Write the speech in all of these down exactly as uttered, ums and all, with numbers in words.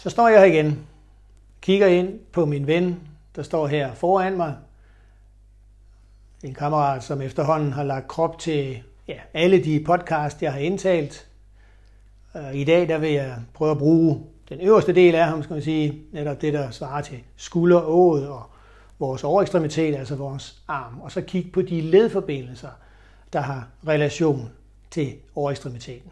Så står jeg her igen, kigger ind på min ven, der står her foran mig. En kammerat, som efterhånden har lagt krop til ja, alle de podcast, jeg har indtalt. I dag der vil jeg prøve at bruge den øverste del af ham, skal man sige, netop det, der svarer til skulderået og vores overekstremitet, altså vores arm. Og så kigge på de ledforbindelser, der har relation til overekstremiteten.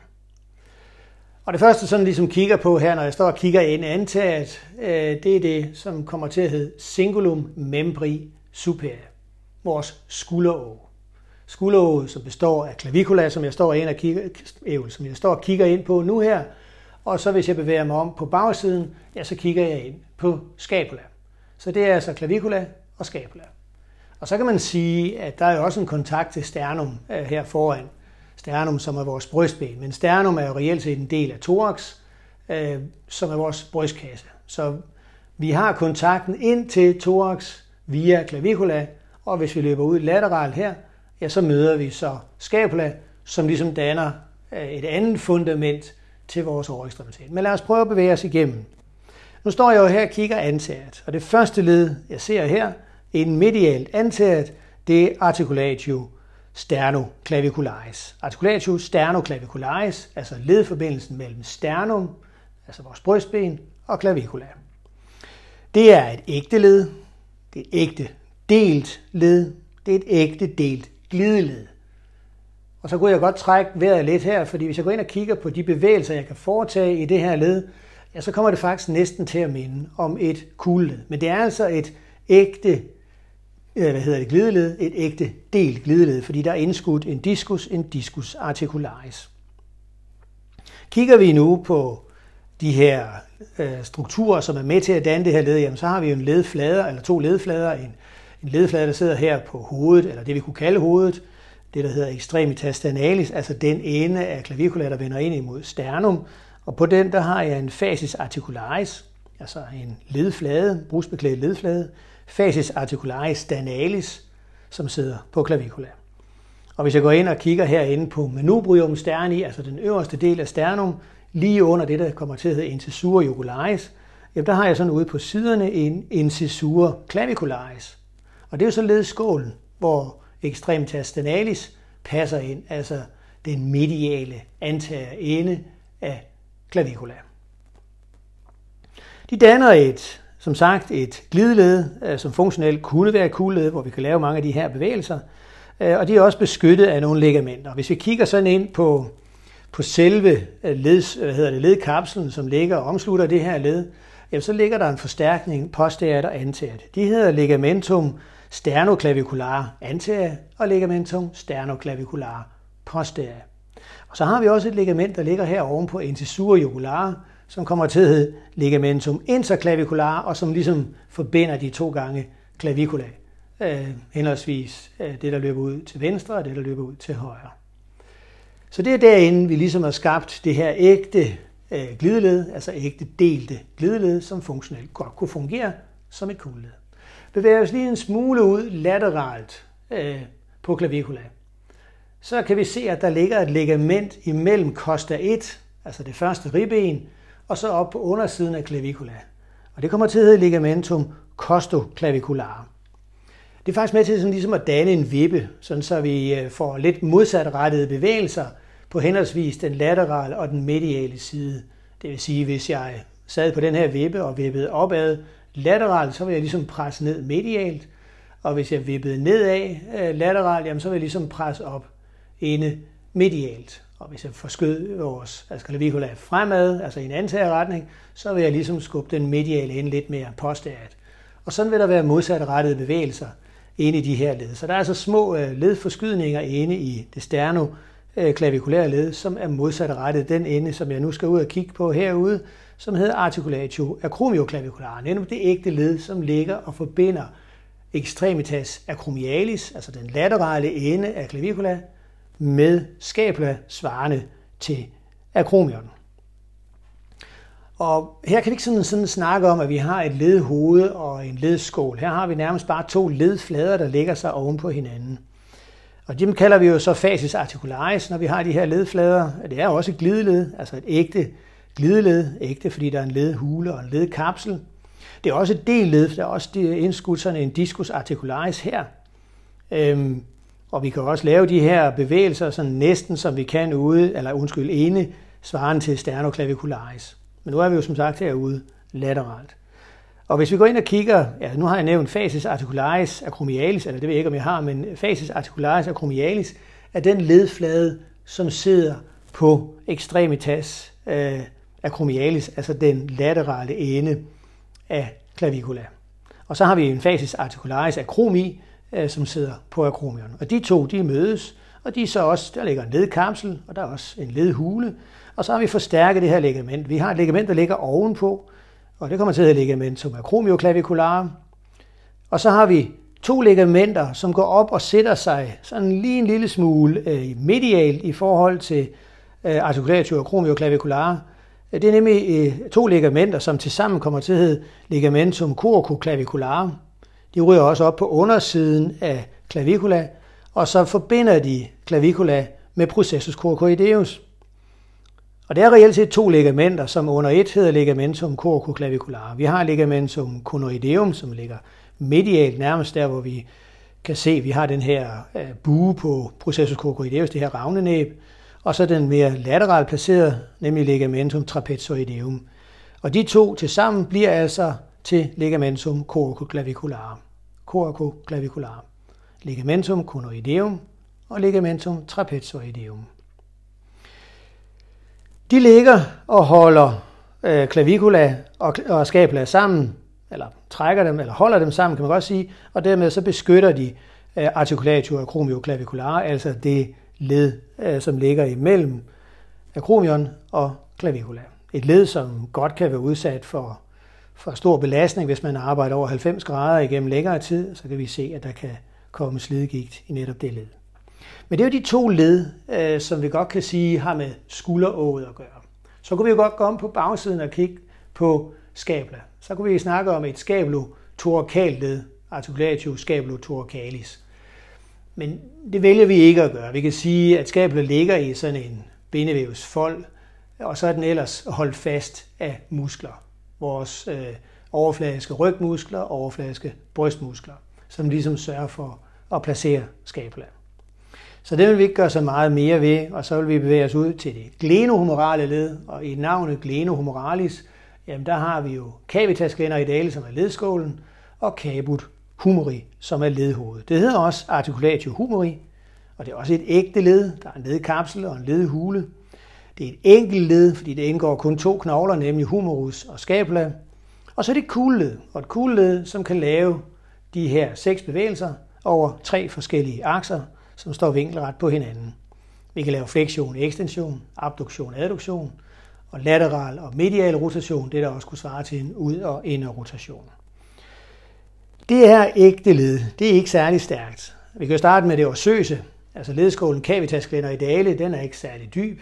Og det første, sådan ligesom kigger på her, når jeg står og kigger ind, antaget, det er det, som kommer til at hedde cingulum membri superior, vores skulderå. Skulderået, som består af clavicula, som jeg står ind og kigger, som jeg står og kigger ind på nu her, og så hvis jeg bevæger mig om på bagsiden, ja, så kigger jeg ind på scapula. Så det er altså clavicula og scapula. Og så kan man sige, at der er jo også en kontakt til sternum her foran. Sternum, som er vores brystben, men sternum er jo reelt set en del af thorax, øh, som er vores brystkasse. Så vi har kontakten ind til thorax via clavicula, og hvis vi løber ud lateralt her, ja, så møder vi så scapula, som ligesom danner øh, et andet fundament til vores overekstremitet. Men lad os prøve at bevæge os igennem. Nu står jeg jo her og kigger antaget, og det første led, jeg ser her, en medialt antaget, det er articulatio sternoclavicularis. Articulatio sternoclavicularis, altså ledforbindelsen mellem sternum, altså vores brystben, og clavicula. Det er et ægte led, det er et ægte delt led, det er et ægte delt glideled. Og så kunne jeg godt trække vejret lidt her, fordi hvis jeg går ind og kigger på de bevægelser, jeg kan foretage i det her led, ja, så kommer det faktisk næsten til at minde om et kugleled. Men det er altså et ægte hvad hedder det, glideled, et ægte delt glideled, fordi der er indskudt en diskus, en discus articularis. Kigger vi nu på de her øh, strukturer, som er med til at danne det her led, jamen, så har vi jo en ledflader, eller to ledflader, en, en ledflade, der sidder her på hovedet, eller det vi kunne kalde hovedet, det der hedder extremitas sternalis, altså den ende af clavicula, der vender ind imod sternum, og på den der har jeg en fascis articularis, altså en ledflade, brusbeklædt ledflade, fascis articularis sternalis, som sidder på clavicula. Og hvis jeg går ind og kigger herinde på manubrium sterni, altså den øverste del af sternum, lige under det, der kommer til at hedde incisura jugularis, jamen der har jeg sådan ude på siderne en incisura clavicularis. Og det er jo så ledskålen, hvor extremitas sternalis passer ind, altså den mediale antager ende af clavicula. De danner et Som sagt, et glideled, som funktionelt kunne være et kugleled, hvor vi kan lave mange af de her bevægelser. Og de er også beskyttet af nogle ligamenter. Hvis vi kigger sådan ind på, på selve leds, hvad hedder det, ledkapslen, som ligger og omslutter det her led, jamen så ligger der en forstærkning posterior og anterior. De hedder ligamentum sternoclavicular anterior og ligamentum sternoclavicular posterior. Og så har vi også et ligament, der ligger her oven på incisura jugularis, som kommer til at hedde ligamentum interclavicular, og som ligesom forbinder de to gange clavicula, øh, henholdsvis øh, det, der løber ud til venstre, og det, der løber ud til højre. Så det er derinde, vi ligesom har skabt det her ægte øh, glideled, altså ægte delte glideled, som funktionelt godt kunne fungere som et kugleled. Bevæger os lige en smule ud lateralt øh, på clavicula. Så kan vi se, at der ligger et ligament imellem costa et, altså det første ribben, og så op på undersiden af clavicula. Og det kommer til at hedde ligamentum costoclavicular. Det er faktisk med til sådan ligesom at danne en vippe, sådan så vi får lidt modsatrettede bevægelser på henholdsvis den laterale og den mediale side. Det vil sige, hvis jeg sad på den her vippe og vippede opad lateralt, så vil jeg ligesom presse ned medialt. Og hvis jeg vippede nedad lateralt, jamen så vil jeg ligesom presse op inde medialt. Og hvis jeg forskød vores altså clavicula fremad, altså i en antagerretning, så vil jeg ligesom skubbe den mediale ende lidt mere posteriort. Og sådan vil der være modsatrettede bevægelser inde i de her led. Så der er altså små ledforskydninger inde i det sternoclavikulære led, som er modsatrettet den ende, som jeg nu skal ud og kigge på herude, som hedder articulatio acromioclavicular, nemlig det ægte led, som ligger og forbinder extremitas acromialis, altså den laterale ende af clavicula, med scapula svarende til acromion. Og her kan vi ikke sådan, sådan snakke om, at vi har et ledhoved og en ledskål. Her har vi nærmest bare to ledflader, der ligger sig oven på hinanden. Og dem kalder vi jo så fascis articularis, når vi har de her ledflader. Det er også et glideled, altså et ægte glideled, ægte, fordi der er en ledhule og en ledkapsel. Det er også et delled, der er også indskudt sådan en discus articularis her. Øhm, og vi kan også lave de her bevægelser sådan næsten som vi kan ude, eller undskyld, ene svarende til sternoclavicularis. Men nu er vi jo som sagt herude lateralt. Og hvis vi går ind og kigger, ja, nu har jeg nævnt fascis articularis acromialis, eller det ved jeg ikke, om jeg har, men fascis articularis acromialis er den ledflade, som sidder på extremitas øh, acromialis, altså den laterale ende af clavicula. Og så har vi en fascis articularis acromi, øh, som sidder på acromion. Og de to, de mødes, og de er så også, der ligger en ledkapsel, og der er også en ledhule, og så har vi forstærket det her ligament. Vi har et ligament, der ligger ovenpå, og det kommer til at hedde ligamentum acromioclavicular. Og så har vi to ligamenter, som går op og sætter sig sådan lige en lille smule øh, medialt i forhold til øh, articulator acromioclavicular. Det er nemlig øh, to ligamenter, som tilsammen kommer til at hedde ligamentum coracocavicular. De ryger også op på undersiden af clavicula, og så forbinder de clavicula med processus coracoideus. Og det er reelt set to ligamenter, som under et hedder ligamentum coracocavicular. Vi har ligamentum conoideum, som ligger medialt nærmest der, hvor vi kan se, at vi har den her bue på processus coracoideus, det her ravnenæb, og så den mere lateralt placeret, nemlig ligamentum trapezoideum. Og de to til sammen bliver altså til ligamentum coracoclavicular. Coracoclavicular. Ligamentum conoideum og ligamentum trapezoideum. De ligger og holder øh, clavicula og, og scapula sammen, eller trækker dem, eller holder dem sammen, kan man godt sige, og dermed så beskytter de øh, articulator acromioclavicular, altså det led, øh, som ligger imellem acromion og clavicula. Et led, som godt kan være udsat for, for stor belastning, hvis man arbejder over halvfems grader igennem længere tid, så kan vi se, at der kan komme slidgigt i netop det led. Men det er jo de to led, øh, som vi godt kan sige har med skulderået at gøre. Så kunne vi jo godt gå om på bagsiden og kigge på scapula. Så kunne vi snakke om et scapulothoracalt led, articulatio scapulothoracales. Men det vælger vi ikke at gøre. Vi kan sige, at scapula ligger i sådan en bindevævsfold, og så er den ellers holdt fast af muskler. Vores øh, overfladiske rygmuskler og overfladiske brystmuskler, som ligesom sørger for at placere scapula. Så det vil vi ikke gøre så meget mere ved, og så vil vi bevæge os ud til det glenohumorale led, og i navnet glenohumoralis, jamen der har vi jo cavitas glenoidealis, som er ledskålen, og caput humeri, som er ledhovedet. Det hedder også articulatio humeri, og det er også et ægte led. Der er en ledkapsel og en ledhule. Det er et enkelt led, fordi det indgår kun to knogler, nemlig humerus og scapula. Og så er det kugleled, og et kugleled, som kan lave de her seks bevægelser over tre forskellige akser, som står vinkelret på hinanden. Vi kan lave flektion, ekstension, abduktion, adduktion, og lateral og medial rotation, det der også kunne svare til en ud- og inderrotation. Det her ægte led, det er ikke særlig stærkt. Vi kan starte med det ossøse, altså ledskålen cavitas glenoideale, den er ikke særlig dyb.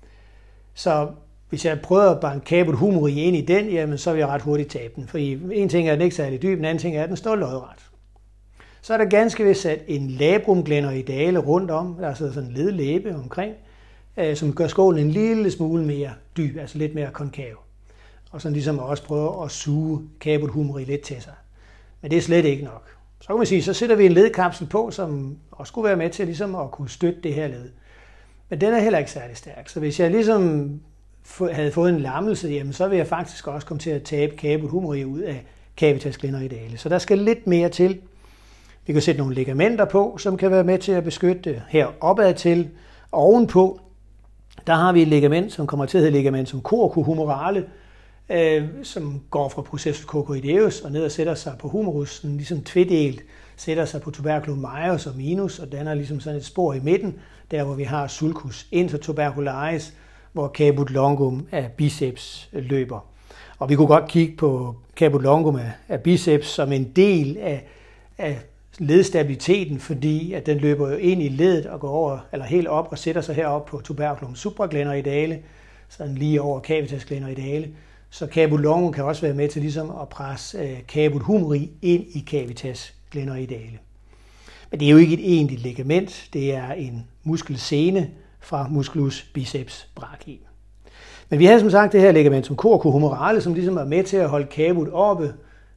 Så hvis jeg prøver at banke caput humeri ind i den, jamen så vil jeg ret hurtigt tabe den. For en ting er, at den ikke er særlig dyb, en anden ting er, at den står lodret. Så er der ganske vist sat en labrum glenoideale rundt om, der er sådan en ledlæbe omkring, som gør skålen en lille smule mere dyb, altså lidt mere konkav. Og sådan ligesom også prøver at suge caput humeri lidt til sig. Men det er slet ikke nok. Så kan man sige, så sætter vi en ledkapsel på, som også skulle være med til ligesom at kunne støtte det her led. Men den er heller ikke særlig stærk. Så hvis jeg ligesom havde fået en lammelse, jamen så vil jeg faktisk også komme til at tabe caput humeri ud af cavitas glenoideale. Så der skal lidt mere til. Vi kan sætte nogle ligamenter på, som kan være med til at beskytte det her opad til. Ovenpå, der har vi et ligament, som kommer til at hedde ligamentum coracohumerale, øh, som går fra processus coracoideus og ned og sætter sig på humerus, sådan ligesom tvedelt, sætter sig på tuberculum majus og minus, og danner ligesom sådan et spor i midten, der hvor vi har sulcus intertubercularis, hvor caput longum af biceps løber. Og vi kunne godt kigge på caput longum af biceps som en del af, af ledstabiliteten, fordi at den løber jo ind i ledet og går over, eller helt op og sætter sig herop på tuberculum supraglenoideale, sådan lige over cavitas glenoideale. Så caput longum kan også være med til ligesom at presse uh, caput humeri ind i cavitas glenoideale. Men det er jo ikke et egentligt ligament, det er en muskelsene fra musculus biceps brachii. Men vi havde som sagt det her ligamentum coracohumerale, som ligesom er med til at holde caput oppe.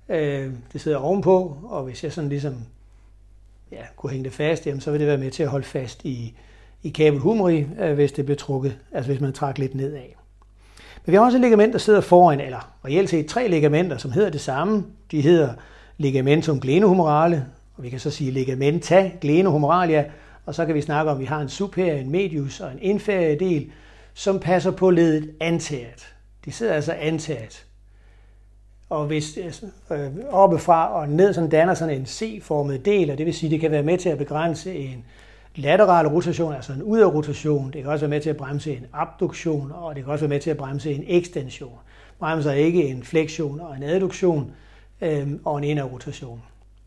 Det sidder ovenpå, og hvis jeg sådan ligesom ja, kunne hænge det fast, jamen, så vil det være med til at holde fast i, i caput humeri, hvis det bliver trukket, altså hvis man trækker lidt nedad. Men vi har også et ligament, der sidder foran, eller reelt set tre ligamenter, som hedder det samme. De hedder ligamentum glenohumerale, og vi kan så sige ligamenta glenohumeralia, og så kan vi snakke om, at vi har en superior, en medius og en inferior del, som passer på ledet anteriort. De sidder altså anteriort. Og hvis øh, oppefra og ned sådan danner sådan en C-formet del, og det vil sige, at det kan være med til at begrænse en lateral rotation, altså en udadrotation. Det kan også være med til at bremse en abduktion, og det kan også være med til at bremse en ekstension. Bremser ikke en flektion og en adduktion øh, og en indadrotation.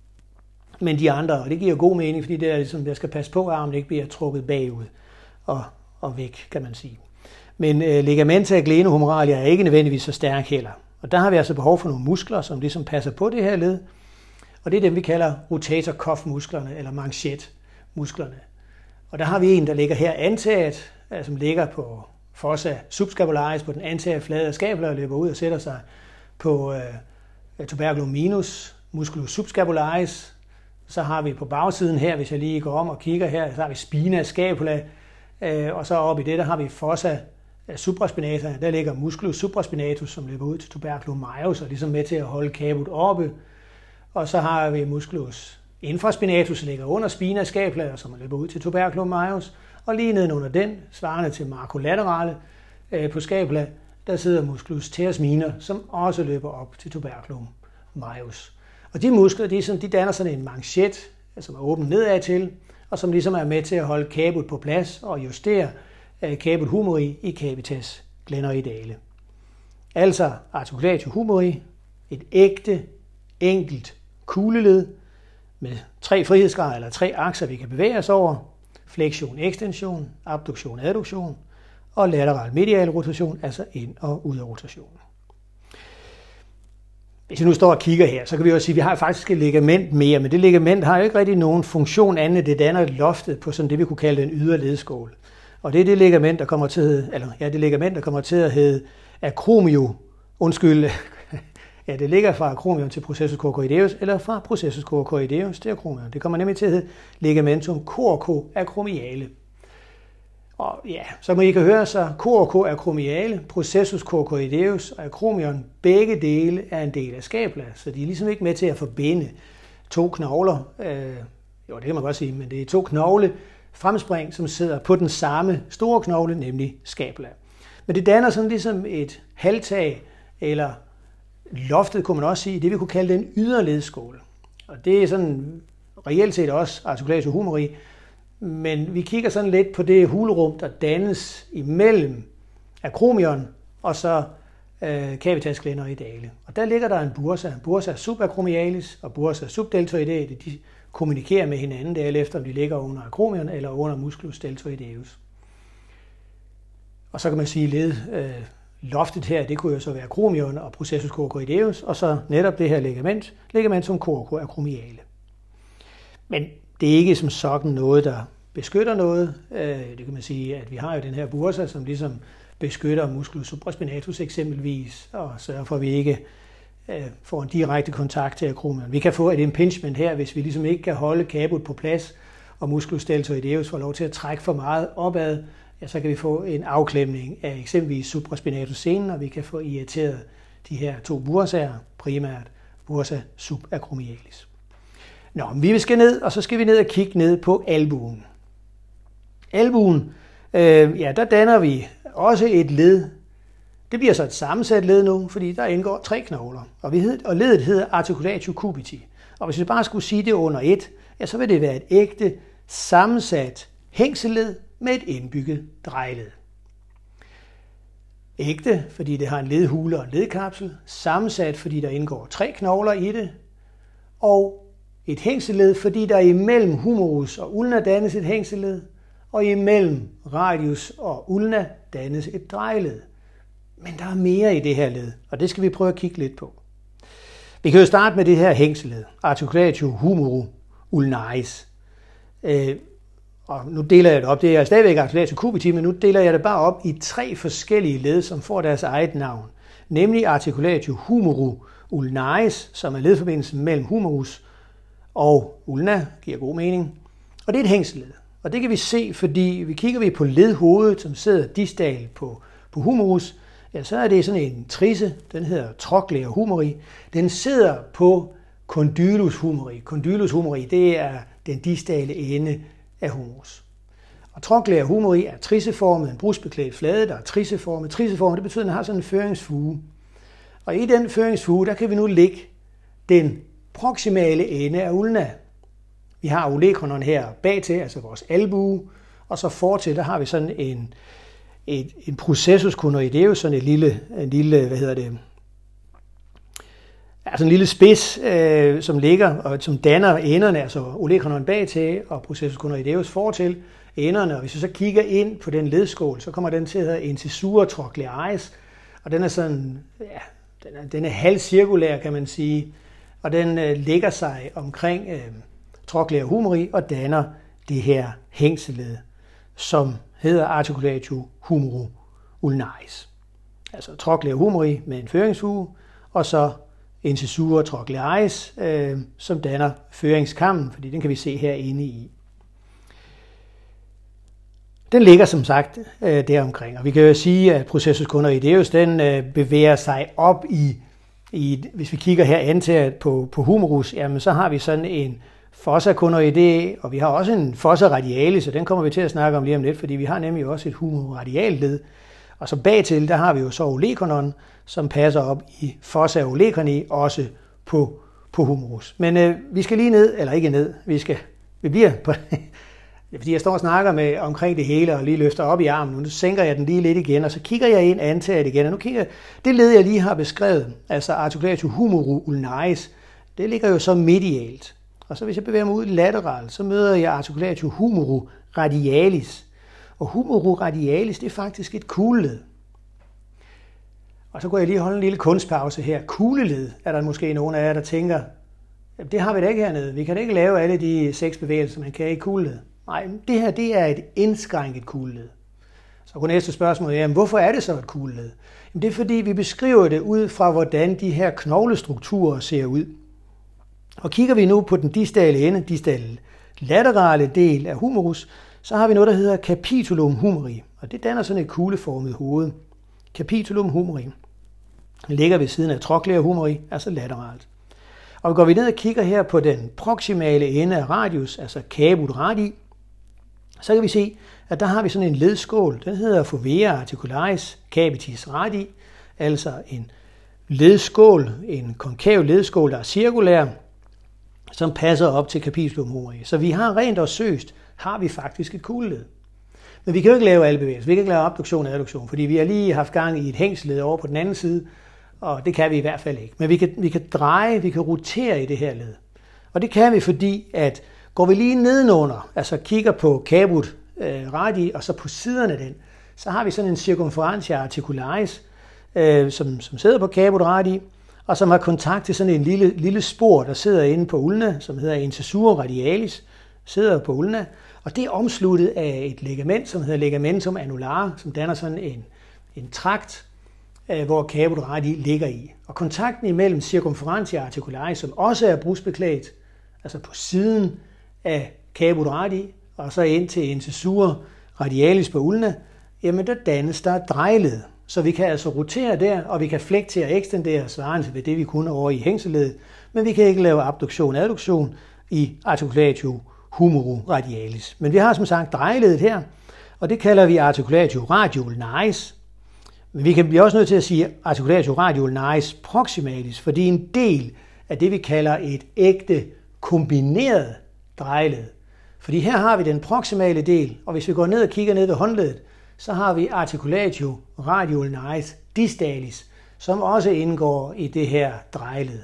Men de andre, og det giver god mening, fordi det er ligesom, jeg skal passe på, at armen ikke bliver trukket bagud og, og væk, kan man sige. Men øh, ligamenta glenohumeralia er ikke nødvendigvis så stærk heller. Og der har vi altså behov for nogle muskler, som ligesom passer på det her led. Og det er dem, vi kalder rotator cuff-musklerne, eller manchet-musklerne. Og der har vi en, der ligger her anteriort, som ligger på fossa subscapularis, på den anteriore flade af scapula, og løber ud og sætter sig på øh, tuberculum minus, musculus subscapularis. Så har vi på bagsiden her, hvis jeg lige går om og kigger her, så har vi spina scapula, øh, og så oppe i det, der har vi fossa supraspinata. Der ligger musculus supraspinatus, som løber ud til tuberculum majus, og ligesom med til at holde caput oppe. Og så har vi musculus infraspinatus, som ligger under spina scapula, som løber ud til tuberculum majus. Og lige nedenunder den, svarende til marcolaterale øh, på scapula, der sidder musculus teres minor, som også løber op til tuberculum majus. Og de muskler, de, som, de danner sådan en manchet, som er åbent nedad til, og som ligesom er med til at holde caput på plads og justere øh, caput humeri i capitas glenoidale. Altså articulatio humeri, et ægte, enkelt kugleled med tre frihedsgrader eller tre akser, vi kan bevæge os over. Flektion, ekstension, abduktion, adduktion og lateral medial rotation, altså ind- og ud af rotation. Hvis vi nu står og kigger her, så kan vi også sige, at vi har faktisk et ligament mere, men det ligament har jo ikke rigtig nogen funktion andet, end det danner loftet på sådan det, vi kunne kalde en ydre ledskål. Og det er det ligament, der kommer til at hedde, eller ja, det ligament, der kommer til at hedde acromio, undskyld, ja, det ligger fra acromion til processus coracoideus, eller fra processus coracoideus til acromion. Det kommer nemlig til at hedde ligamentum coracoacromiale. Og ja, som I kan høre, så coracoacromiale, processus coracoideus og acromion, begge dele er en del af scapula, så de er ligesom ikke med til at forbinde to knogler. Øh, jo, det kan man godt sige, men det er to knogle fremspring, som sidder på den samme store knogle, nemlig scapula. Men det danner sådan ligesom et halvtag, eller loftet kunne man også sige, det vi kunne kalde den ydre ledskål. Og det er sådan reelt set også articulatio humeri, men vi kigger sådan lidt på det hulrum, der dannes imellem acromion og så øh, capitas glenoidale. Og der ligger der en bursa, bursa subacromialis og bursa subdeltoideale. De kommunikerer med hinanden derefter, efter om de ligger under acromion eller under musculus deltoideus. Og så kan man sige led øh, loftet her, det kunne jo så være acromion og processus coracoideus, og så netop det her ligament, ligamentum coracoacromiale. Men det er ikke som sådan noget, der beskytter noget. Det kan man sige, at vi har jo den her bursa, som ligesom beskytter musculus supraspinatus eksempelvis, og sørger for, at vi ikke får en direkte kontakt til acromion. Vi kan få et impingement her, hvis vi ligesom ikke kan holde caput på plads, og musculus deltoideus får lov til at trække for meget opad, ja, så kan vi få en afklemning af eksempelvis supraspinatus scenen, og vi kan få irriteret de her to bursaer, primært bursa subacromialis. Nå, vi skal ned, og så skal vi ned og kigge ned på albuen. Albuen, øh, ja, der danner vi også et led. Det bliver så et sammensat led nu, fordi der indgår tre knogler, og, vi hed, og ledet hedder articulatio cubiti. Og hvis vi bare skulle sige det under et, ja, så vil det være et ægte sammensat hængselled med et indbygget drejled. Ægte, fordi det har en ledhule og en ledkapsel. Sammensat, fordi der indgår tre knogler i det. Og et hængselled, fordi der imellem humerus og ulna dannes et hængselled, og imellem radius og ulna dannes et drejled. Men der er mere i det her led, og det skal vi prøve at kigge lidt på. Vi kan jo starte med det her hængselled, articulatio humero ulnaris. og nu deler jeg det op, det er stadigvæk articulatio cubiti, men nu deler jeg det bare op i tre forskellige led, som får deres eget navn. Nemlig articulatio humero ulnaris, som er ledforbindelsen mellem humerus og ulna, giver god mening. Og det er et hængseled. Og det kan vi se, fordi vi kigger vi på ledhovedet, som sidder distal på, på humerus, ja, så er det sådan en trisse, den hedder trochlea humeri. Den sidder på condylus humeri. Condylus humeri, det er den distale ende af humerus. Og trochlea humeri er trisseformet, en brusbeklædt flade, der er trisseformet. Trisseformet, det betyder, at den har sådan en føringsfuge. Og i den føringsfuge, der kan vi nu lægge den proximale ende af ulna. Vi har olecranon her bagtil, altså vores albue, og så fortil, der har vi sådan en, et, en processus conoideus, sådan et lille, en lille, hvad hedder det, altså en lille spids, øh, som ligger og som danner enderne, altså olecranon bagtil og processus conoideus fortil enderne. Og hvis vi så kigger ind på den ledskål, så kommer den til at hedde incisura trochlearis, og den er sådan, ja, den er, den er halvcirkulær, kan man sige, og den øh, lægger sig omkring øh, trochlea humeri og danner det her hængseled, som hedder articulatio humero ulnaris. Altså trochlea humeri med en føringsfuge, og så incisura trochlearis, øh, som danner føringskammen, fordi den kan vi se herinde i. Den ligger som sagt øh, deromkring, og vi kan jo sige, at processus conoideus, den øh, bevæger sig op i, i, hvis vi kigger her antaget på, på humerus, jamen så har vi sådan en fossa conoidea, og vi har også en fossa radialis, og den kommer vi til at snakke om lige om lidt, fordi vi har nemlig også et humeroradialt led. Og så bagtil, der har vi jo så olecranon, som passer op i fossa olecrani, også på, på humerus. Men øh, vi skal lige ned, eller ikke ned, vi skal, vi bliver på fordi jeg står og snakker med omkring det hele, og lige løfter op i armen. Nu sænker jeg den lige lidt igen, og så kigger jeg ind antaget igen. Og nu kigger jeg, det led, jeg lige har beskrevet, altså articulatio humero ulnaris, det ligger jo så medialt. Og så hvis jeg bevæger mig ud lateralt, så møder jeg articulatio humero radialis. Og humero radialis, det er faktisk et kugleled. Og så går jeg lige holde en lille kunstpause her. Kugleled, er der måske nogen af jer, der tænker, det har vi da ikke hernede. Vi kan ikke lave alle de seks bevægelser, man kan i kugleled. Nej, det her det er et indskrænket kugleled. Så går næste spørgsmål, jamen, hvorfor er det så et kugleled? Jamen, det er fordi, vi beskriver det ud fra, hvordan de her knoglestrukturer ser ud. Og kigger vi nu på den distale ende, distale laterale del af humerus, så har vi noget, der hedder capitulum humeri. Og det danner sådan et kugleformet hoved. Capitulum humeri. Den ligger ved siden af trochlea humeri, altså lateralt. Og går vi ned og kigger her på den proximale ende af radius, altså caput radii, så kan vi se, at der har vi sådan en ledskål. Den hedder fovea articularis capitis radii, altså en ledskål, en konkav ledskål, der er cirkulær, som passer op til capitulum humeri. Så vi har rent og søst, har vi faktisk et kugleled. Men vi kan jo ikke lave alle bevægelser. Vi kan ikke lave abduktion og adduktion, fordi vi har lige haft gang i et hængseled over på den anden side, og det kan vi i hvert fald ikke. Men vi kan, vi kan dreje, vi kan rotere i det her led. Og det kan vi, fordi at går vi lige nedenunder, altså kigger på caput øh, radii, og så på siderne af den, så har vi sådan en circumferentia articularis, øh, som, som sidder på caput radii, og som har kontakt til sådan en lille, lille spor, der sidder inde på ulna, som hedder incisura radialis, sidder på ulna, og det er omsluttet af et ligament, som hedder ligamentum annulare, som danner sådan en, en trakt, hvor caput radii ligger i. Og kontakten imellem circumferentia articularis, som også er brusbeklædt, altså på siden af caput radii, og så ind til incisura radialis på ulna, jamen der dannes der et drejeled. Så vi kan altså rotere der, og vi kan flektere og ekstendere svarende ved det, vi kunne over i hængseledet, men vi kan ikke lave abduktion og adduktion i articulatio humero radialis. Men vi har som sagt drejeledet her, og det kalder vi articulatio radio ulnaris. Men vi kan blive også nødt til at sige articulatio radio ulnaris proximalis, fordi en del af det, vi kalder et ægte kombineret drejeled. Fordi her har vi den proximale del, og hvis vi går ned og kigger ned ved håndledet, så har vi articulatio radio ulnaris distalis, som også indgår i det her drejeled.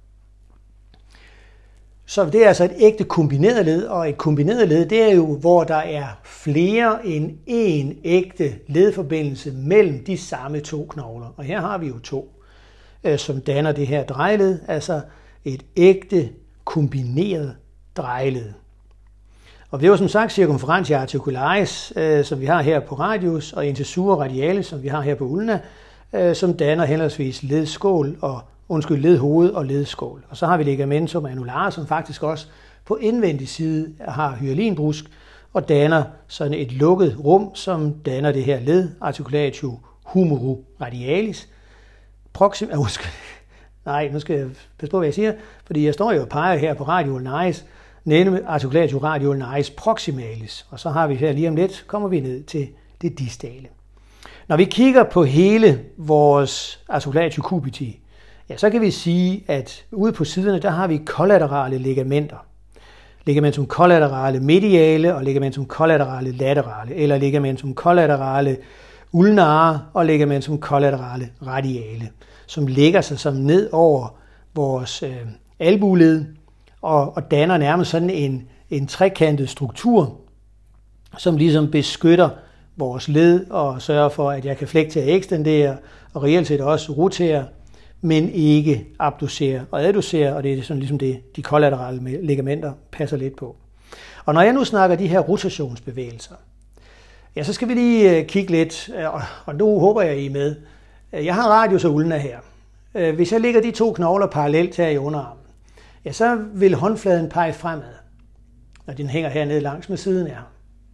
Så det er altså et ægte kombineret led, og et kombineret led, det er jo, hvor der er flere end én ægte ledforbindelse mellem de samme to knogler. Og her har vi jo to, som danner det her drejeled, altså et ægte kombineret drejeled. Og det var som sagt circumferentia articularis, øh, som vi har her på radius, og incisura radialis, som vi har her på ulna, øh, som danner henholdsvis ledskål og undskyld, ledhoved og ledskål. Og så har vi ligamentum annularis, som faktisk også på indvendig side har hyalinbrusk og danner sådan et lukket rum, som danner det her led, articulatio humeru radialis. Proxim, uh, nej, nu skal jeg passe på, hvad jeg siger, fordi jeg står jo og peger her på radio ulnaris, nemlig articulatio radio ulnaris proximalis. Og så har vi her lige om lidt, kommer vi ned til det distale. Når vi kigger på hele vores articulatio cubiti, ja, så kan vi sige, at ude på siderne, der har vi kollaterale ligamenter. Ligamentum collaterale mediale og ligamentum collaterale laterale, eller ligamentum collaterale ulnare og ligamentum collaterale radiale, som lægger sig som ned over vores øh, albueled og, og danner nærmest sådan en, en trekantet struktur, som ligesom beskytter vores led og sørger for, at jeg kan flektere og ekstendere og reelt set også rotere, men ikke abducere og adducere, og det er sådan ligesom det, de kollaterale ligamenter passer lidt på. Og når jeg nu snakker de her rotationsbevægelser, ja, så skal vi lige kigge lidt, og nu håber jeg, I er med. Jeg har radius og ulna her. Hvis jeg lægger de to knogler parallelt her i underarmen, ja, så vil håndfladen pege fremad, når den hænger hernede langs med siden af.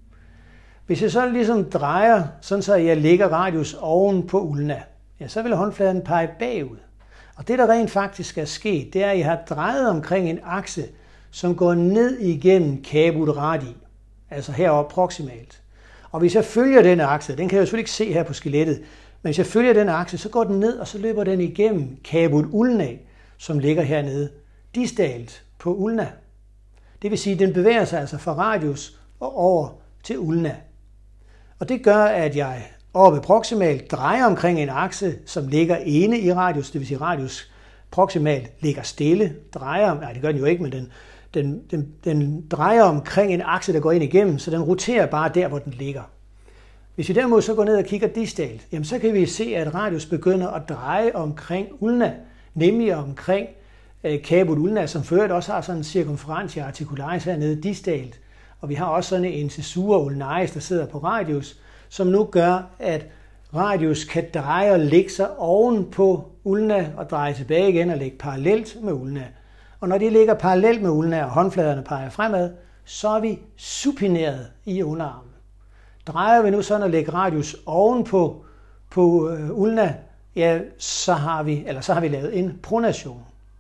Hvis jeg så ligesom drejer, sådan så jeg lægger radius oven på ulna, ja, så vil håndfladen pege bagud. Og det, der rent faktisk er sket, det er, at jeg har drejet omkring en akse, som går ned igennem caput radii, altså heroppe proximalt. Og hvis jeg følger den akse, den kan jeg jo selvfølgelig ikke se her på skelettet, men hvis jeg følger den akse, så går den ned, og så løber den igennem caput ulna, som ligger hernede, distalt på ulna. Det vil sige, at den bevæger sig altså fra radius og over til ulna. Og det gør, at jeg oppe proximalt drejer omkring en akse, som ligger ene i radius, det vil sige radius proximalt ligger stille, drejer, nej det gør den jo ikke, men den, den, den, den drejer omkring en akse, der går ind igennem, så den roterer bare der, hvor den ligger. Hvis vi derimod så går ned og kigger distalt, jamen så kan vi se, at radius begynder at dreje omkring ulna, nemlig omkring øh, caput ulna, som før også har sådan en circumferentia articularis hernede distalt. Og vi har også sådan en incisura ulnaris, der sidder på radius, som nu gør, at radius kan dreje og lægge sig oven på ulna og dreje tilbage igen og lægge parallelt med ulna. Og når de ligger parallelt med ulna og håndfladerne peger fremad, så er vi supineret i underarmen. Drejer vi nu sådan og lægger radius oven på, på ulna, ja, så har vi, eller så har vi lavet en pronation.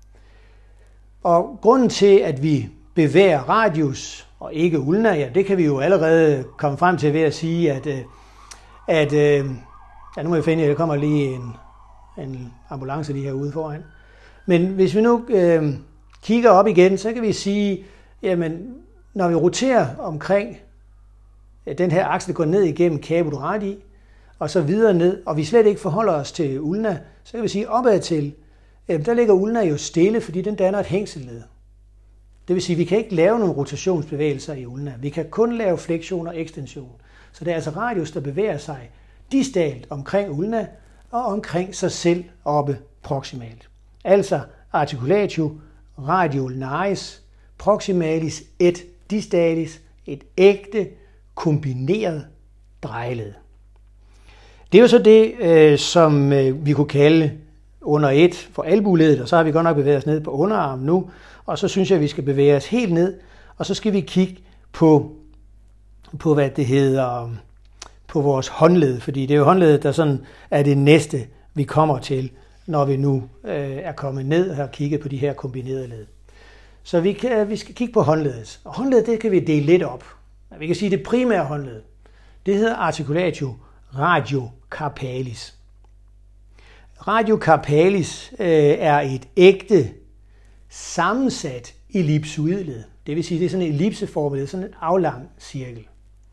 Og grunden til, at vi bevæger radius og ikke ulna, ja, det kan vi jo allerede komme frem til ved at sige, at, at ja, nu må jeg finde, at der kommer lige en, en ambulance lige herude foran. Men hvis vi nu øh, kigger op igen, så kan vi sige, jamen, når vi roterer omkring den her akse, der går ned igennem caput radii, og så videre ned, og vi slet ikke forholder os til ulna, så kan vi sige opad til, øh, der ligger ulna jo stille, fordi den danner et hængselled. Det vil sige, at vi kan ikke lave nogle rotationsbevægelser i ulna. Vi kan kun lave flektion og ekstension. Så det er altså radius, der bevæger sig distalt omkring ulna og omkring sig selv oppe proximalt. Altså articulatio radio ulnaris proximalis et distalis, et ægte kombineret drejeled. Det er jo så det, øh, som øh, vi kunne kalde under et for albueledet, og så har vi godt nok bevæget os ned på underarmen nu, og så synes jeg, at vi skal bevæge os helt ned, og så skal vi kigge på, på hvad det hedder, på vores håndled, fordi det er jo håndledet, der sådan er det næste, vi kommer til, når vi nu øh, er kommet ned og har kigget på de her kombinerede led. Så vi, kan, vi skal kigge på håndledet, og håndledet, det kan vi dele lidt op. Vi kan sige, at det primære håndled, det hedder articulatio radiocarpalis. Radiocarpalis øh, er et ægte sammensat ellipsoidled. Det vil sige, det er sådan en ellipseformet, sådan en aflang cirkel.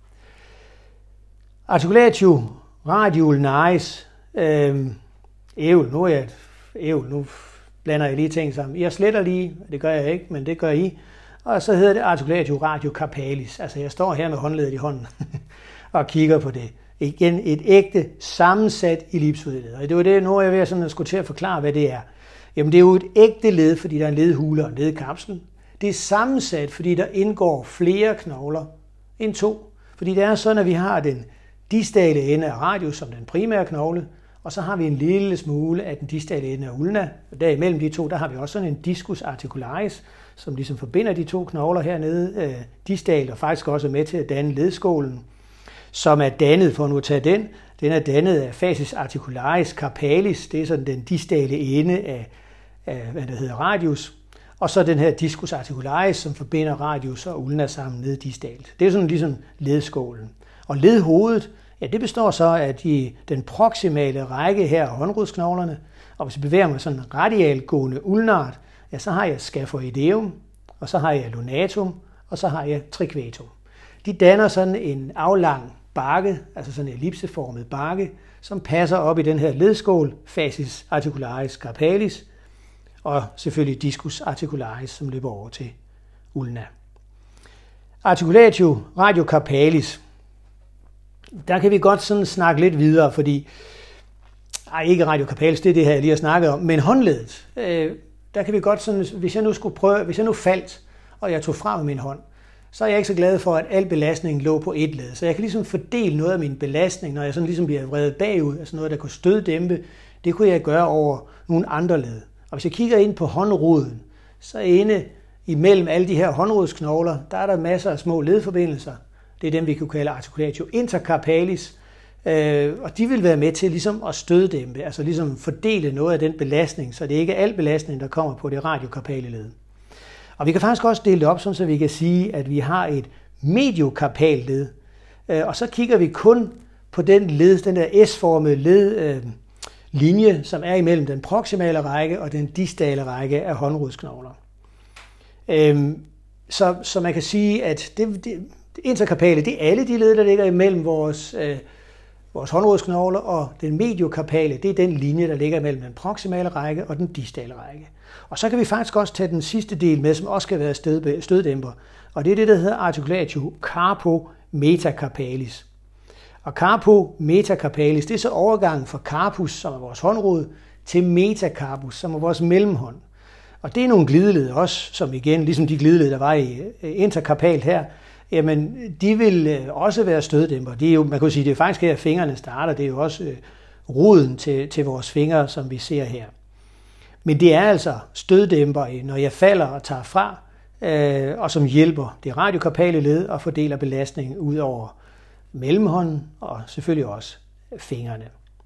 Articulatio radio ulnaris, øh, ævl, nu er jeg ævl, nu blander jeg lige ting sammen. Jeg sletter lige, det gør jeg ikke, men det gør I. Og så hedder det articulatio radiocarpalis. Altså jeg står her med håndledet i hånden og kigger på det. Igen et ægte sammensat ellipsoidled. Og det var det, nu er jeg ved at, sådan, at skulle til at forklare, hvad det er. Jamen det er jo et ægte led, fordi der er en ledhule og en ledkapsel. Det er sammensat, fordi der indgår flere knogler end to. Fordi det er sådan, at vi har den distale ende af radius som den primære knogle, og så har vi en lille smule af den distale ende af ulna. Og derimellem de to, der har vi også sådan en discus articularis, som ligesom forbinder de to knogler hernede øh, distalt, og faktisk også er med til at danne ledskålen, som er dannet, for nu at tage den, den er dannet af fascis articularis carpalis, det er sådan den distale ende af, af hvad det hedder, radius, og så den her discus articularis, som forbinder radius og ulna sammen ned distalt. Det er sådan ligesom ledskålen. Og ledhovedet, ja, det består så af de, den proximale række her af håndrodsknoglerne, og hvis vi bevæger mig sådan radialt gående ulnart, ja, så har jeg scaphoideum, og så har jeg lunatum, og så har jeg triquetum. De danner sådan en aflang bakke, altså sådan en ellipseformet bakke, som passer op i den her ledskål, fascis articularis carpalis, og selvfølgelig discus articularis, som løber over til ulna. Articulatio radiocarpalis. Der kan vi godt sådan snakke lidt videre, fordi ej, ikke radiocarpalis, det er det her, jeg lige har snakket om, men håndledet. Øh, der kan vi godt sådan, hvis jeg nu skulle prøve, hvis jeg nu faldt, og jeg tog fra med min hånd, så er jeg ikke så glad for, at al belastningen lå på et led. Så jeg kan ligesom fordele noget af min belastning, når jeg sådan ligesom bliver vredet bagud, altså noget, der kunne støddæmpe, det kunne jeg gøre over nogle andre led. Og hvis jeg kigger ind på håndroden, så inde imellem alle de her håndrodsknogler, der er der masser af små ledforbindelser. Det er dem, vi kan kalde articulatio intercarpalis, øh, og de vil være med til ligesom at støddæmpe, altså ligesom fordele noget af den belastning, så det er ikke al belastning, der kommer på det radiocarpale led. Og vi kan faktisk også dele det op, så vi kan sige, at vi har et mediocarpalt led, øh, og så kigger vi kun på den led, den der S-formede led, øh, linje, som er imellem den proximale række og den distale række af håndrodsknogler. Øhm, så, så man kan sige, at det, det, det intercarpale, det er alle de led, der ligger imellem vores, øh, vores håndrodsknogler, og den mediocarpale, det er den linje, der ligger imellem den proximale række og den distale række. Og så kan vi faktisk også tage den sidste del med, som også skal være stød, støddæmper, og det er det, der hedder articulatio carpo metacarpalis. Og carpo metacarpalis, det er så overgangen fra carpus, som er vores håndrod, til metacarpus, som er vores mellemhånd. Og det er nogle glideled også, som igen, ligesom de glideled, der var i intercarpalt her, jamen de vil også være støddæmper. Det er jo, man kan sige, det er faktisk her, fingrene starter, det er jo også roden til, til vores fingre, som vi ser her. Men det er altså støddæmper, når jeg falder og tager fra, øh, og som hjælper det radiocarpale led og fordeler belastningen ud over mellemhånden og selvfølgelig også fingrene.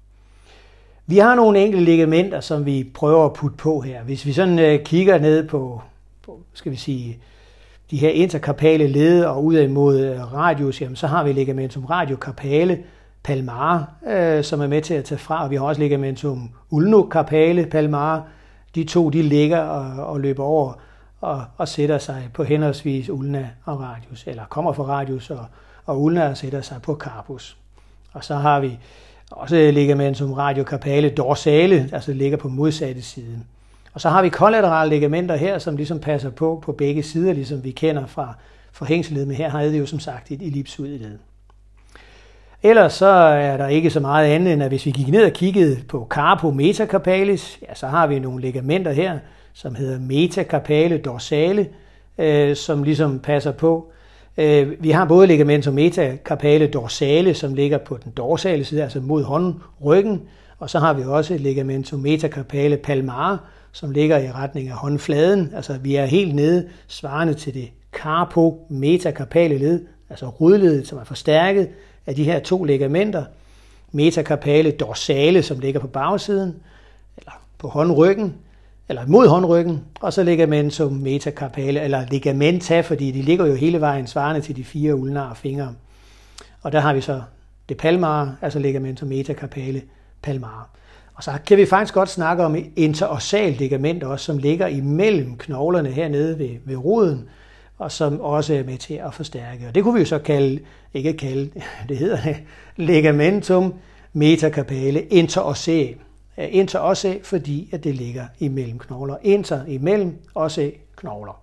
Vi har nogle enkelte ligamenter, som vi prøver at putte på her. Hvis vi sådan øh, kigger ned på, på, skal vi sige, de her intercarpale led og ud imod radius, jamen, så har vi ligamentum radiocarpale palmare, øh, som er med til at tage fra, og vi har også ligamentum ulnocarpale palmare. De to, de ligger og, og løber over og, og sætter sig på henholdsvis ulna og radius, eller kommer fra radius og, og ulna og sætter sig på carpus. Og så har vi også ligamentum radiocarpale dorsale, altså ligger på modsatte side. Og så har vi kollaterale ligamenter her, som ligesom passer på på begge sider, ligesom vi kender fra, fra hængsledet, men her har det jo som sagt et ellipsoidt led. Ellers så er der ikke så meget andet, end at hvis vi gik ned og kiggede på carpo metacarpalis, ja, så har vi nogle ligamenter her, som hedder metacarpale dorsale, øh, som ligesom passer på. Øh, vi har både ligamentum metacarpale dorsale, som ligger på den dorsale side, altså mod håndryggen, og så har vi også ligamentum metacarpale palmare, som ligger i retning af håndfladen. Altså vi er helt nede, svarende til det carpo metacarpale led, altså rodledet, som er forstærket af de her to ligamenter. Metacarpale dorsale, som ligger på bagsiden, eller på håndryggen, eller mod håndryggen, og så ligamentum metacarpale, eller ligamenta, fordi de ligger jo hele vejen svarende til de fire ulnare fingre. Og der har vi så det palmare, altså ligamentum metacarpale palmare. Og så kan vi faktisk godt snakke om interossal ligament også, som ligger imellem knoglerne hernede ved, ved roden, og som også er med til at forstærke. Og det kunne vi jo så kalde, ikke kalde, det hedder det, ligamentum metacarpale interossæ. Interossæ, fordi at det ligger imellem knogler. Inter imellem, ossæ knogler.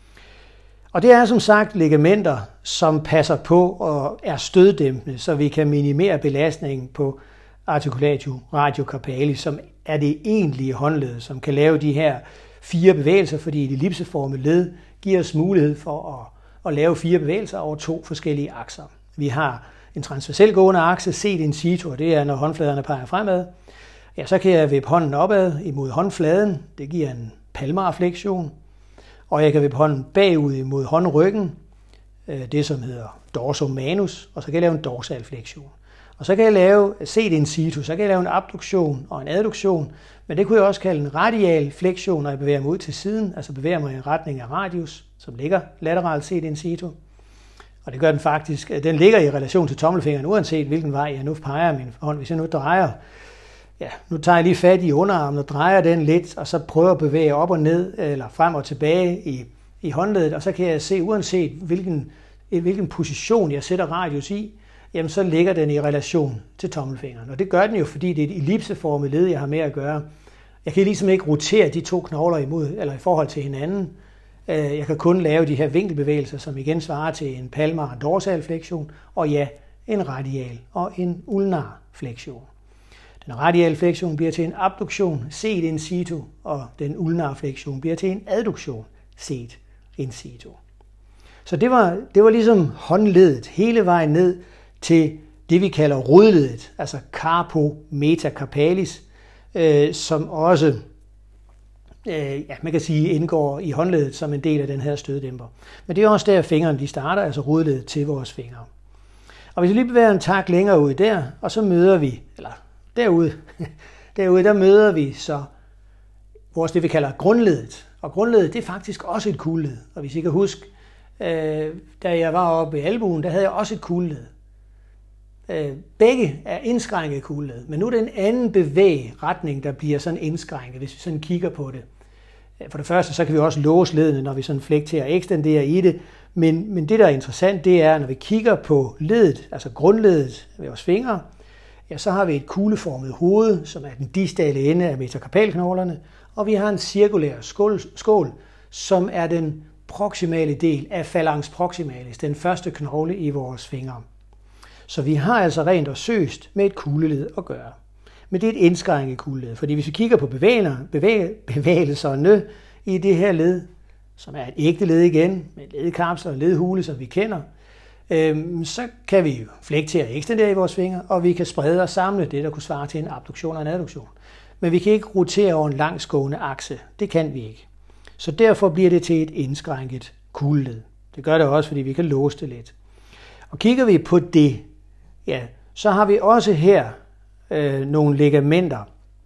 Og det er som sagt ligamenter, som passer på og er støddæmpende, så vi kan minimere belastningen på articulatio radiocarpalis, som er det egentlige håndled, som kan lave de her fire bevægelser, fordi et ellipseformet led giver os mulighed for at, at lave fire bevægelser over to forskellige akser. Vi har en transversel gående akse, set in situ, og det er, når håndfladerne peger fremad. Ja, så kan jeg vippe hånden opad imod håndfladen. Det giver en palmarflektion. Og jeg kan vippe hånden bagud imod håndryggen, det som hedder dorsum manus, og så kan jeg lave en dorsalflektion. Og så kan jeg lave, set in situ, så kan jeg lave en abduktion og en adduktion, men det kunne jeg også kalde en radial flektion, når jeg bevæger mig ud til siden, altså bevæger mig i retning af radius, som ligger lateralt set in situ. Og det gør den faktisk, den ligger i relation til tommelfingeren, uanset hvilken vej jeg nu peger min hånd. Hvis jeg nu drejer, ja, nu tager jeg lige fat i underarmen og drejer den lidt, og så prøver at bevæge op og ned, eller frem og tilbage i, i håndledet, og så kan jeg se, uanset hvilken, hvilken position jeg sætter radius i, jamen så ligger den i relation til tommelfingeren. Og det gør den jo, fordi det er et ellipseformet led, jeg har med at gøre. Jeg kan ligesom ikke rotere de to knogler imod, eller i forhold til hinanden. Jeg kan kun lave de her vinkelbevægelser, som igen svarer til en palmar og dorsal flektion, og ja, en radial og en ulnar flektion. Den radial flektion bliver til en abduktion, set in situ, og den ulnar flektion bliver til en adduktion, set in situ. Så det var, det var ligesom håndledet hele vejen ned til det, vi kalder rodledet, altså carpo metacarpalis, øh, som også, øh, ja, man kan sige, indgår i håndledet som en del af den her støddæmper. Men det er også der, fingrene de starter, altså rodledet til vores fingre. Og hvis vi lige bevæger en tak længere ud der, og så møder vi, eller derude, derude der møder vi så vores, det vi kalder grundledet. Og grundledet, det er faktisk også et kugleled. Og hvis I kan huske, øh, da jeg var oppe i albuen, der havde jeg også et kugleled. Begge er indskrænket kugleled, men nu er det en anden bevægretning, der bliver sådan indskrænket, hvis vi sådan kigger på det. For det første, så kan vi også låse ledene, når vi sådan flekterer og ekstenderer i det, men, men det, der er interessant, det er, når vi kigger på ledet, altså grundledet ved vores fingre, ja, så har vi et kugleformet hoved, som er den distale ende af metacarpalknoglerne, og vi har en cirkulær skål, skål som er den proximale del af phalanx proximalis, den første knogle i vores fingre. Så vi har altså rent og søst med et kugleled at gøre. Men det er et indskrænket kugleled, fordi hvis vi kigger på bevæg, bevægelserne i det her led, som er et ægte led igen, med ledkapsler og ledhule, som vi kender, øhm, så kan vi jo flektere og ekstendere i vores fingre, og vi kan sprede og samle det, der kunne svare til en abduktion og en adduktion. Men vi kan ikke rotere over en langsgående akse. Det kan vi ikke. Så derfor bliver det til et indskrænket kugleled. Det gør det også, fordi vi kan låse det lidt. Og kigger vi på det, ja, så har vi også her øh, nogle ligamenter,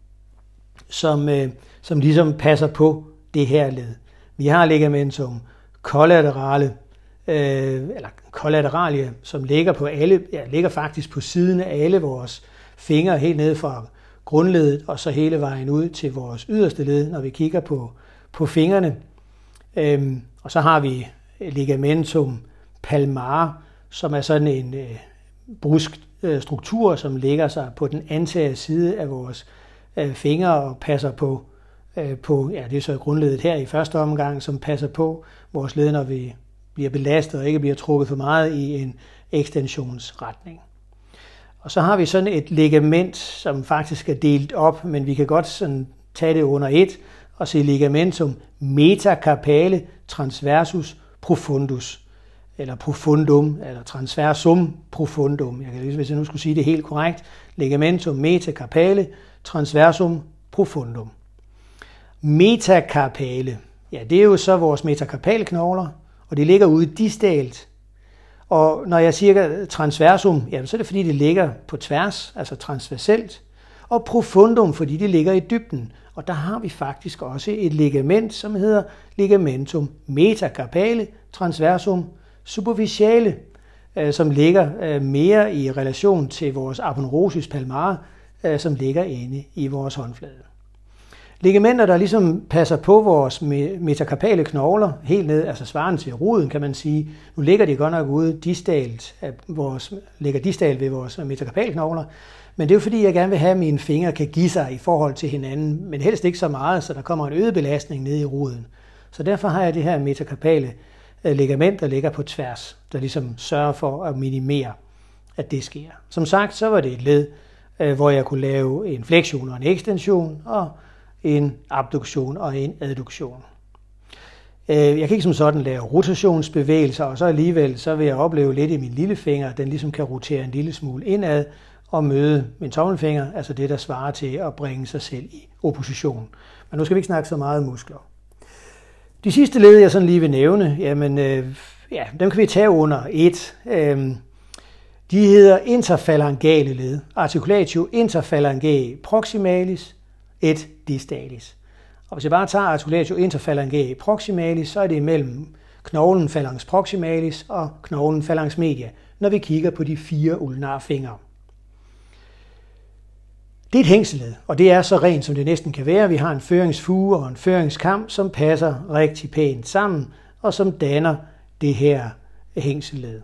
som, øh, som ligesom passer på det her led. Vi har ligamentum collaterale, øh, eller collateralia, som ligger på alle, ja, ligger faktisk på siden af alle vores fingre, helt ned fra grundledet og så hele vejen ud til vores yderste led, når vi kigger på, på fingrene. Øhm, og så har vi ligamentum palmar, som er sådan en øh, brusk øh, struktur, som ligger sig på den antagne side af vores øh, fingre og passer på, øh, på, ja, det er så grundledet her i første omgang, som passer på vores led, når vi bliver belastet og ikke bliver trukket for meget i en ekstensionsretning. Og så har vi sådan et ligament, som faktisk er delt op, men vi kan godt sådan tage det under et og se ligamentum metacarpale transversus profundus, eller profundum, eller transversum profundum. Jeg kan lige, hvis jeg nu skulle sige det helt korrekt, ligamentum metacarpale transversum profundum. Metacarpale, ja, det er jo så vores metacarpalknogler, og det ligger ude distalt. Og når jeg siger transversum, jamen, så er det fordi, det ligger på tværs, altså transverselt, og profundum, fordi det ligger i dybden. Og der har vi faktisk også et ligament, som hedder ligamentum metacarpale transversum superficiale, som ligger mere i relation til vores aponeurosis palmar, som ligger inde i vores håndflade. Ligamenter, der ligesom passer på vores metacarpale knogler, helt ned, altså svarende til roden, kan man sige. Nu ligger de godt nok ude distalt, vores, ligger distalt ved vores metacarpale knogler, men det er jo fordi, jeg gerne vil have, at mine fingre kan give sig i forhold til hinanden, men helst ikke så meget, så der kommer en øget belastning ned i roden. Så derfor har jeg det her metacarpale ligament, der ligger på tværs, der ligesom sørger for at minimere, at det sker. Som sagt, så var det et led, hvor jeg kunne lave en flektion og en ekstension, og en abduktion og en adduktion. Jeg kan ikke som sådan lave rotationsbevægelser, og så alligevel så vil jeg opleve lidt i min lillefinger, at den ligesom kan rotere en lille smule indad og møde min tommelfinger, altså det, der svarer til at bringe sig selv i opposition. Men nu skal vi ikke snakke så meget muskler. De sidste led, jeg sådan lige vil nævne, jamen, øh, ja, dem kan vi tage under et. Øh, de hedder interphalangale led, articulatio interphalangae proximalis et distalis. Og hvis jeg bare tager articulatio interphalangae proximalis, så er det imellem knoglen phalanx proximalis og knoglen phalanx media, når vi kigger på de fire ulnare fingre. Det er et hængselled, og det er så rent, som det næsten kan være. Vi har en føringsfuge og en føringskam, som passer rigtig pænt sammen, og som danner det her hængselled.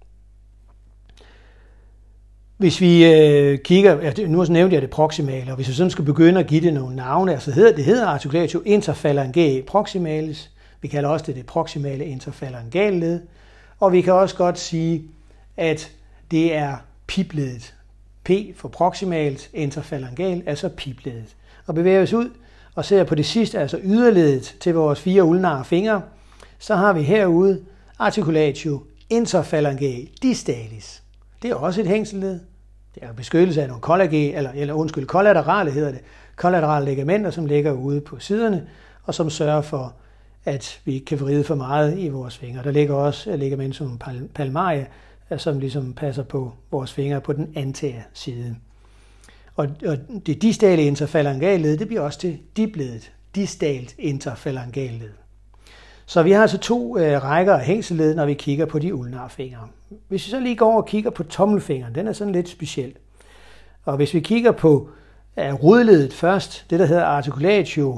Hvis vi øh, kigger, nu nævnte jeg det proximale, og hvis vi sådan skal begynde at give det nogle navne, altså hedder, det hedder articulatio interphalangae proximalis, vi kalder også det det proximale interphalangale led, og vi kan også godt sige, at det er pipledet. P for proximalt, interphalangal, altså pipledet. Og bevæger os ud og ser på det sidste, altså yderledet til vores fire ulnare fingre, så har vi herude articulatio interphalangae distalis. Det er også et hængselled. Det er beskyttelse af nogle kollagen, eller, eller undskyld, kollaterale hedder det. Kollaterale ligamenter, som ligger ude på siderne, og som sørger for, at vi ikke kan vride for meget i vores fingre. Der ligger også ligamentum palmaria, som ligesom passer på vores fingre på den anteriore side. Og, og det distale interphalangale led, det bliver også til dibledet, distalt interphalangale led. Så vi har altså to øh, rækker af hængselled, når vi kigger på de ulnare fingre. Hvis vi så lige går over og kigger på tommelfingeren, den er sådan lidt speciel. Og hvis vi kigger på øh, rodledet først, det der hedder articulatio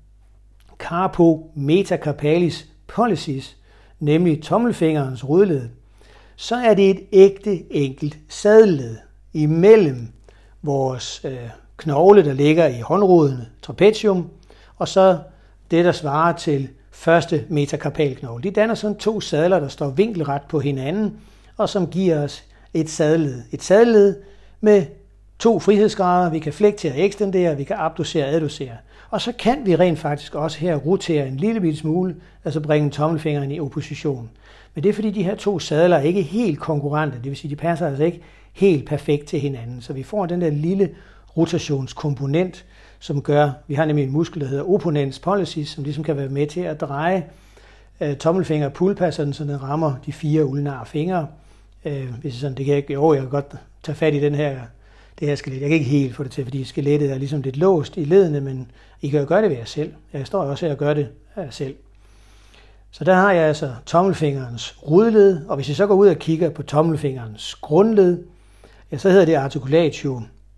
carpo metacarpalis pollicis, nemlig tommelfingerens rodled, så er det et ægte enkelt sadelled imellem vores øh, knogle, der ligger i håndroden, trapezium, og så det, der svarer til første metacarpalknogle. De danner sådan to sadler, der står vinkelret på hinanden, og som giver os et sadelled. Et sadelled med to frihedsgrader. Vi kan flektere og ekstendere, vi kan abducere og adducere. Og så kan vi rent faktisk også her rotere en lille bitte smule, altså bringe tommelfingeren i opposition. Men det er fordi de her to sadler er ikke helt konkurrente, det vil sige, de passer altså ikke helt perfekt til hinanden. Så vi får den der lille rotationskomponent, som gør, vi har nemlig en muskel, der hedder opponens pollicis, som ligesom kan være med til at dreje øh, tommelfinger og pulpa, så den rammer de fire ulnare fingre. Øh, hvis sådan, det kan jeg ikke, jo, jeg kan godt tage fat i den her, det her skelet. Jeg kan ikke helt få det til, fordi skelettet er ligesom lidt låst i ledene, men I kan jo gøre det ved jer selv. Jeg står også her og gør det af jer selv. Så der har jeg altså tommelfingerens rodled, og hvis jeg så går ud og kigger på tommelfingerens grundled, ja, så hedder det articulatio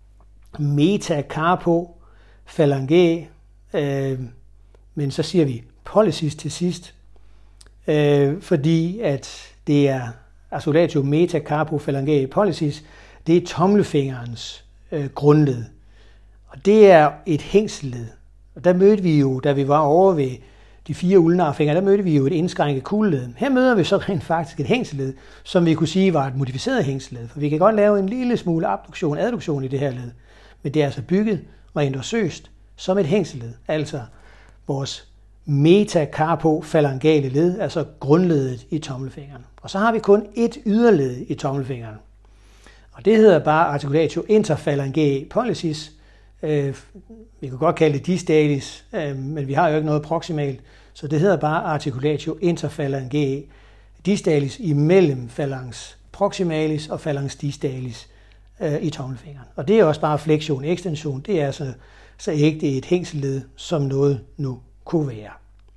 metacarpo phalangae, øh, men så siger vi pollicis til sidst, øh, fordi at det er articulatio metacarpo phalangae pollicis, det er tommelfingerens øh, grundled. Og det er et hængselled. Og der mødte vi jo, da vi var over ved de fire ulnare fingre, der mødte vi jo et indskrænket kugleled. Her møder vi så rent faktisk et hængselled, som vi kunne sige var et modificeret hængselled. For vi kan godt lave en lille smule abduktion, adduktion i det her led. Men det er altså bygget rent og søst som et hængselled. Altså vores metacarpo phalangale led, altså grundledet i tommelfingeren. Og så har vi kun et yderled i tommelfingeren. Og det hedder bare articulatio interphalangae pollicis. Øh, vi kan godt kalde det distalis, øh, men vi har jo ikke noget proximalt, så det hedder bare articulatio interphalangae distalis imellem phalanx proximalis og phalanx distalis øh, i tommelfingeren. Og det er også bare flektion, ekstension, det er så, så ægte et hængselled, som noget nu kunne være.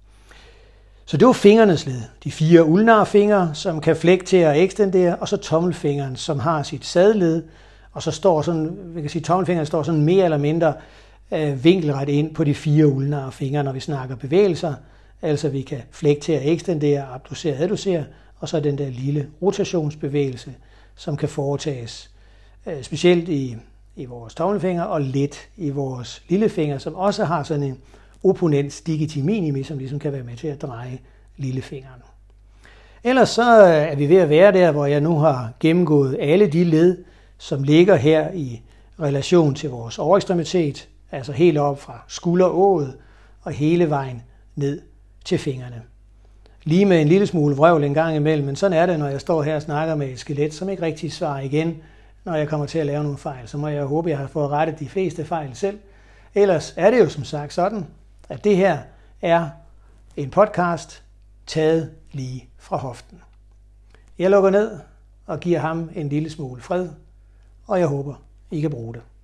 Så det var fingernes led, de fire ulnare fingre, som kan flektere og ekstendere, og så tommelfingeren, som har sit sadelled, og så står sådan, vi kan sige, tommelfingeren står sådan mere eller mindre øh, vinkelret ind på de fire ulnare fingre, når vi snakker bevægelser. Altså vi kan flektere, ekstendere, abducere, adducere, og så den der lille rotationsbevægelse, som kan foretages øh, specielt i, i vores tommelfinger og lidt i vores lillefinger, som også har sådan en opponens digiti minimi, som ligesom kan være med til at dreje lillefingeren. Ellers så er vi ved at være der, hvor jeg nu har gennemgået alle de led, som ligger her i relation til vores overekstremitet, altså helt op fra skulderået og hele vejen ned til fingrene. lige med en lille smule vrøvl en gang imellem, men sådan er det, når jeg står her og snakker med et skelet, som ikke rigtig svarer igen, når jeg kommer til at lave nogle fejl. Så må jeg håbe, at jeg har fået rettet de fleste fejl selv. Ellers er det jo som sagt sådan, at det her er en podcast taget lige fra hoften. Jeg lukker ned og giver ham en lille smule fred, og jeg håber, I kan bruge det.